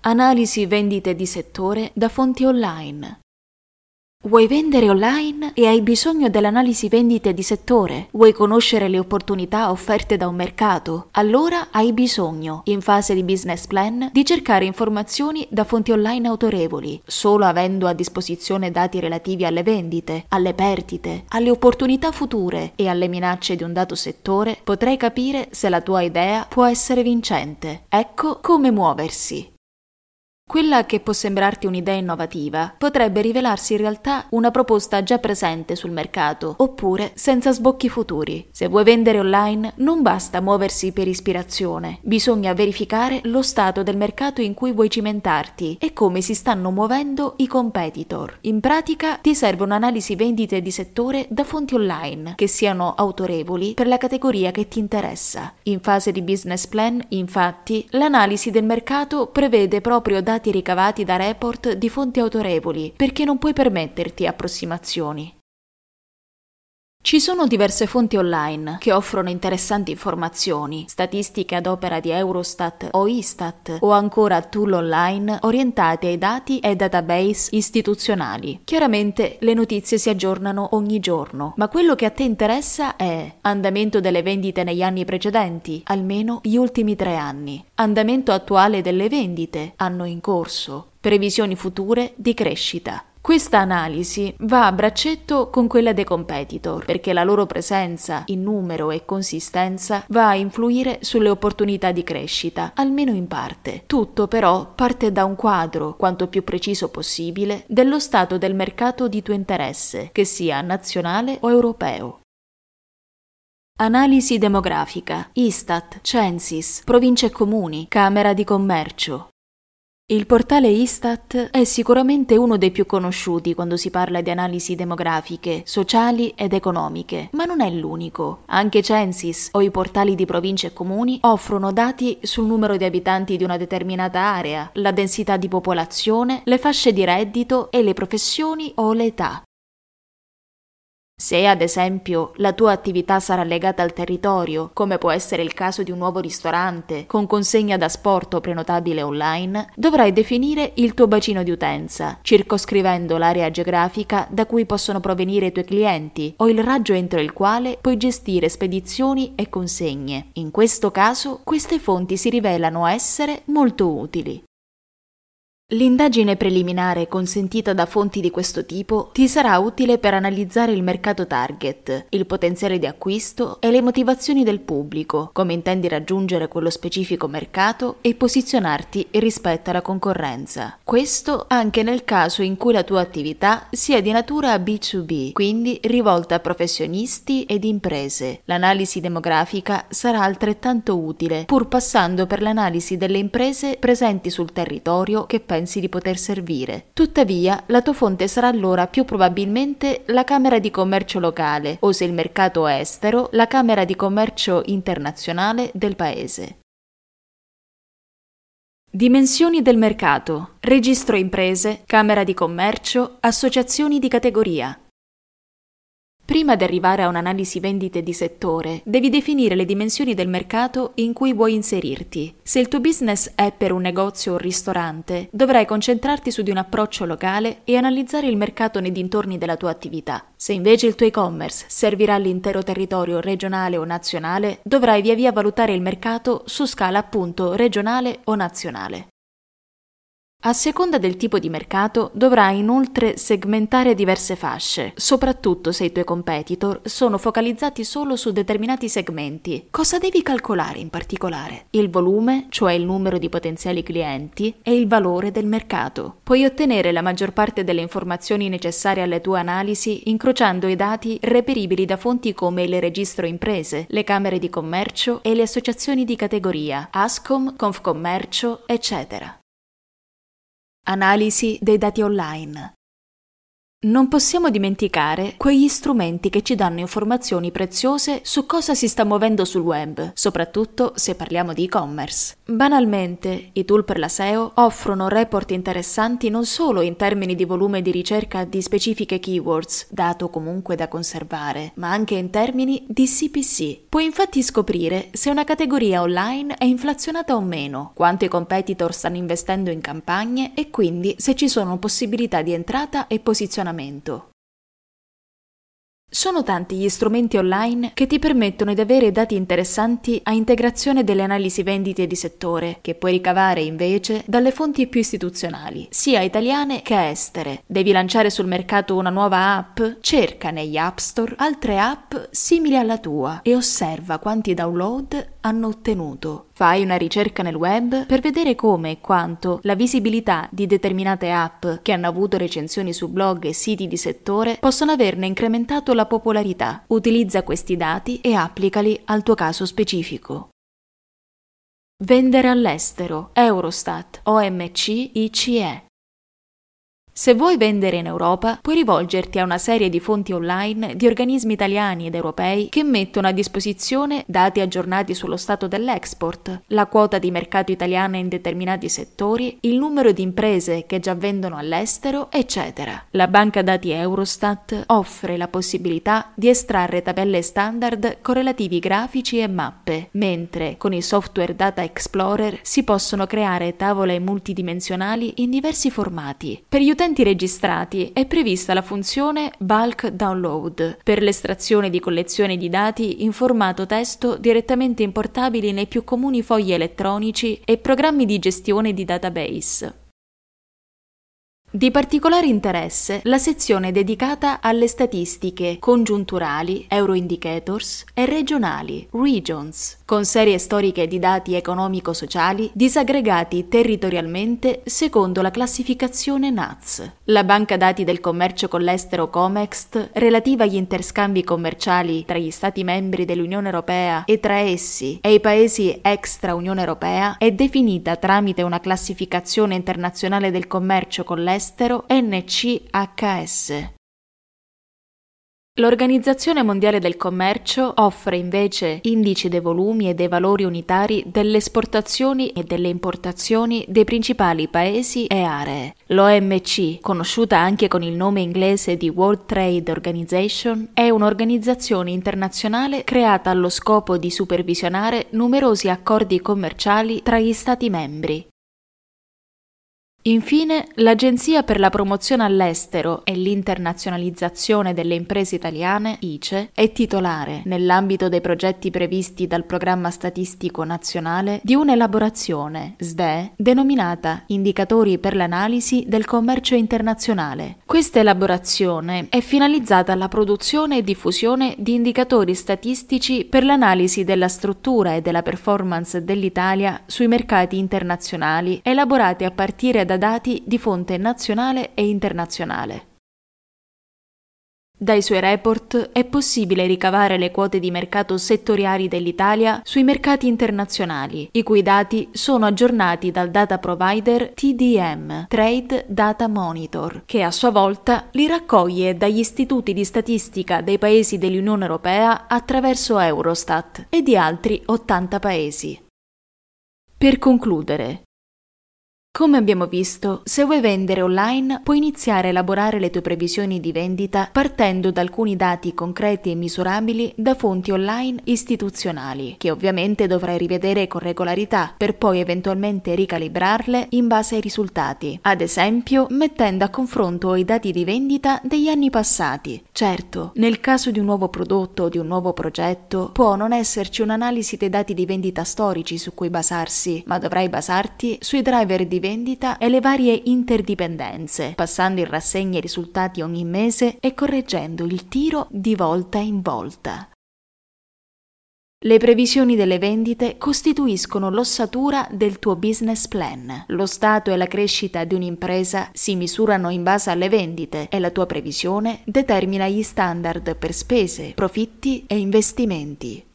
Analisi vendite di settore da fonti online. Vuoi vendere online e hai bisogno dell'analisi vendite di settore? Vuoi conoscere le opportunità offerte da un mercato? Allora hai bisogno, in fase di business plan, di cercare informazioni da fonti online autorevoli. Solo avendo a disposizione dati relativi alle vendite, alle perdite, alle opportunità future e alle minacce di un dato settore, potrai capire se la tua idea può essere vincente. Ecco come muoversi. Quella che può sembrarti un'idea innovativa potrebbe rivelarsi in realtà una proposta già presente sul mercato, oppure senza sbocchi futuri. Se vuoi vendere online, non basta muoversi per ispirazione, bisogna verificare lo stato del mercato in cui vuoi cimentarti e come si stanno muovendo i competitor. In pratica ti serve un'analisi vendite di settore da fonti online, che siano autorevoli per la categoria che ti interessa. In fase di business plan, infatti, l'analisi del mercato prevede proprio dati ricavati da report di fonti autorevoli, perché non puoi permetterti approssimazioni. Ci sono diverse fonti online che offrono interessanti informazioni, statistiche ad opera di Eurostat o Istat, o ancora tool online orientati ai dati e database istituzionali. Chiaramente le notizie si aggiornano ogni giorno, ma quello che a te interessa è andamento delle vendite negli anni precedenti, almeno gli ultimi 3 anni, andamento attuale delle vendite, anno in corso, previsioni future di crescita. Questa analisi va a braccetto con quella dei competitor, perché la loro presenza in numero e consistenza va a influire sulle opportunità di crescita, almeno in parte. Tutto però parte da un quadro, quanto più preciso possibile, dello stato del mercato di tuo interesse, che sia nazionale o europeo. Analisi demografica, Istat, Censis, province e comuni, Camera di Commercio. Il portale Istat è sicuramente uno dei più conosciuti quando si parla di analisi demografiche, sociali ed economiche, ma non è l'unico. Anche Censis o i portali di province e comuni offrono dati sul numero di abitanti di una determinata area, la densità di popolazione, le fasce di reddito e le professioni o l'età. Se ad esempio la tua attività sarà legata al territorio, come può essere il caso di un nuovo ristorante con consegna da sport o prenotabile online, dovrai definire il tuo bacino di utenza, circoscrivendo l'area geografica da cui possono provenire i tuoi clienti o il raggio entro il quale puoi gestire spedizioni e consegne. In questo caso, queste fonti si rivelano essere molto utili. L'indagine preliminare consentita da fonti di questo tipo ti sarà utile per analizzare il mercato target, il potenziale di acquisto e le motivazioni del pubblico, come intendi raggiungere quello specifico mercato e posizionarti rispetto alla concorrenza. Questo anche nel caso in cui la tua attività sia di natura B2B, quindi rivolta a professionisti ed imprese. L'analisi demografica sarà altrettanto utile, pur passando per l'analisi delle imprese presenti sul territorio che pensi di poter servire. Tuttavia, la tua fonte sarà allora più probabilmente la Camera di Commercio locale o, se il mercato è estero, la Camera di Commercio internazionale del paese. Dimensioni del mercato: registro imprese, Camera di Commercio, associazioni di categoria. Prima di arrivare a un'analisi vendite di settore, devi definire le dimensioni del mercato in cui vuoi inserirti. Se il tuo business è per un negozio o un ristorante, dovrai concentrarti su di un approccio locale e analizzare il mercato nei dintorni della tua attività. Se invece il tuo e-commerce servirà l'intero territorio regionale o nazionale, dovrai via via valutare il mercato su scala appunto regionale o nazionale. A seconda del tipo di mercato dovrai inoltre segmentare diverse fasce, soprattutto se i tuoi competitor sono focalizzati solo su determinati segmenti. Cosa devi calcolare in particolare? Il volume, cioè il numero di potenziali clienti, e il valore del mercato. Puoi ottenere la maggior parte delle informazioni necessarie alle tue analisi incrociando i dati reperibili da fonti come il registro imprese, le camere di commercio e le associazioni di categoria, Ascom, Confcommercio, eccetera. Analisi dei dati online. Non possiamo dimenticare quegli strumenti che ci danno informazioni preziose su cosa si sta muovendo sul web, soprattutto se parliamo di e-commerce. Banalmente, i tool per la SEO offrono report interessanti non solo in termini di volume di ricerca di specifiche keywords, dato comunque da conservare, ma anche in termini di CPC. Puoi infatti scoprire se una categoria online è inflazionata o meno, quanto i competitor stanno investendo in campagne e quindi se ci sono possibilità di entrata e posizionamento. Sono tanti gli strumenti online che ti permettono di avere dati interessanti a integrazione delle analisi vendite di settore, che puoi ricavare invece dalle fonti più istituzionali, sia italiane che estere. Devi lanciare sul mercato una nuova app? Cerca negli App Store altre app simili alla tua e osserva quanti download hanno ottenuto. Fai una ricerca nel web per vedere come e quanto la visibilità di determinate app che hanno avuto recensioni su blog e siti di settore possono averne incrementato la popolarità. Utilizza questi dati e applicali al tuo caso specifico. Vendere all'estero, Eurostat, OMC, ICE. Se vuoi vendere in Europa, puoi rivolgerti a una serie di fonti online di organismi italiani ed europei che mettono a disposizione dati aggiornati sullo stato dell'export, la quota di mercato italiana in determinati settori, il numero di imprese che già vendono all'estero, eccetera. La banca dati Eurostat offre la possibilità di estrarre tabelle standard con relativi grafici e mappe, mentre con il software Data Explorer si possono creare tavole multidimensionali in diversi formati. Per gli utenti registrati è prevista la funzione Bulk Download per l'estrazione di collezioni di dati in formato testo direttamente importabili nei più comuni fogli elettronici e programmi di gestione di database. Di particolare interesse la sezione dedicata alle statistiche congiunturali, Euroindicators, e regionali, Regions, con serie storiche di dati economico-sociali disaggregati territorialmente secondo la classificazione NUTS. La banca dati del commercio con l'estero Comext, relativa agli interscambi commerciali tra gli Stati membri dell'Unione Europea e tra essi e i paesi extra Unione Europea, è definita tramite una classificazione internazionale del commercio con l'estero NCHS. L'Organizzazione Mondiale del Commercio offre invece indici dei volumi e dei valori unitari delle esportazioni e delle importazioni dei principali paesi e aree. L'OMC, conosciuta anche con il nome inglese di World Trade Organization, è un'organizzazione internazionale creata allo scopo di supervisionare numerosi accordi commerciali tra gli Stati membri. Infine, l'Agenzia per la promozione all'estero e l'internazionalizzazione delle imprese italiane, ICE, è titolare, nell'ambito dei progetti previsti dal Programma Statistico Nazionale, di un'elaborazione, SDE, denominata Indicatori per l'analisi del commercio internazionale. Questa elaborazione è finalizzata alla produzione e diffusione di indicatori statistici per l'analisi della struttura e della performance dell'Italia sui mercati internazionali, elaborati a partire da dati di fonte nazionale e internazionale. Dai suoi report è possibile ricavare le quote di mercato settoriali dell'Italia sui mercati internazionali, i cui dati sono aggiornati dal data provider TDM, Trade Data Monitor, che a sua volta li raccoglie dagli istituti di statistica dei paesi dell'Unione Europea attraverso Eurostat e di altri 80 paesi. Per concludere, come abbiamo visto, se vuoi vendere online, puoi iniziare a elaborare le tue previsioni di vendita partendo da alcuni dati concreti e misurabili da fonti online istituzionali, che ovviamente dovrai rivedere con regolarità per poi eventualmente ricalibrarle in base ai risultati, ad esempio mettendo a confronto i dati di vendita degli anni passati. Certo, nel caso di un nuovo prodotto o di un nuovo progetto, può non esserci un'analisi dei dati di vendita storici su cui basarsi, ma dovrai basarti sui driver di vendita e le varie interdipendenze, passando in rassegna i risultati ogni mese e correggendo il tiro di volta in volta. Le previsioni delle vendite costituiscono l'ossatura del tuo business plan. Lo stato e la crescita di un'impresa si misurano in base alle vendite e la tua previsione determina gli standard per spese, profitti e investimenti.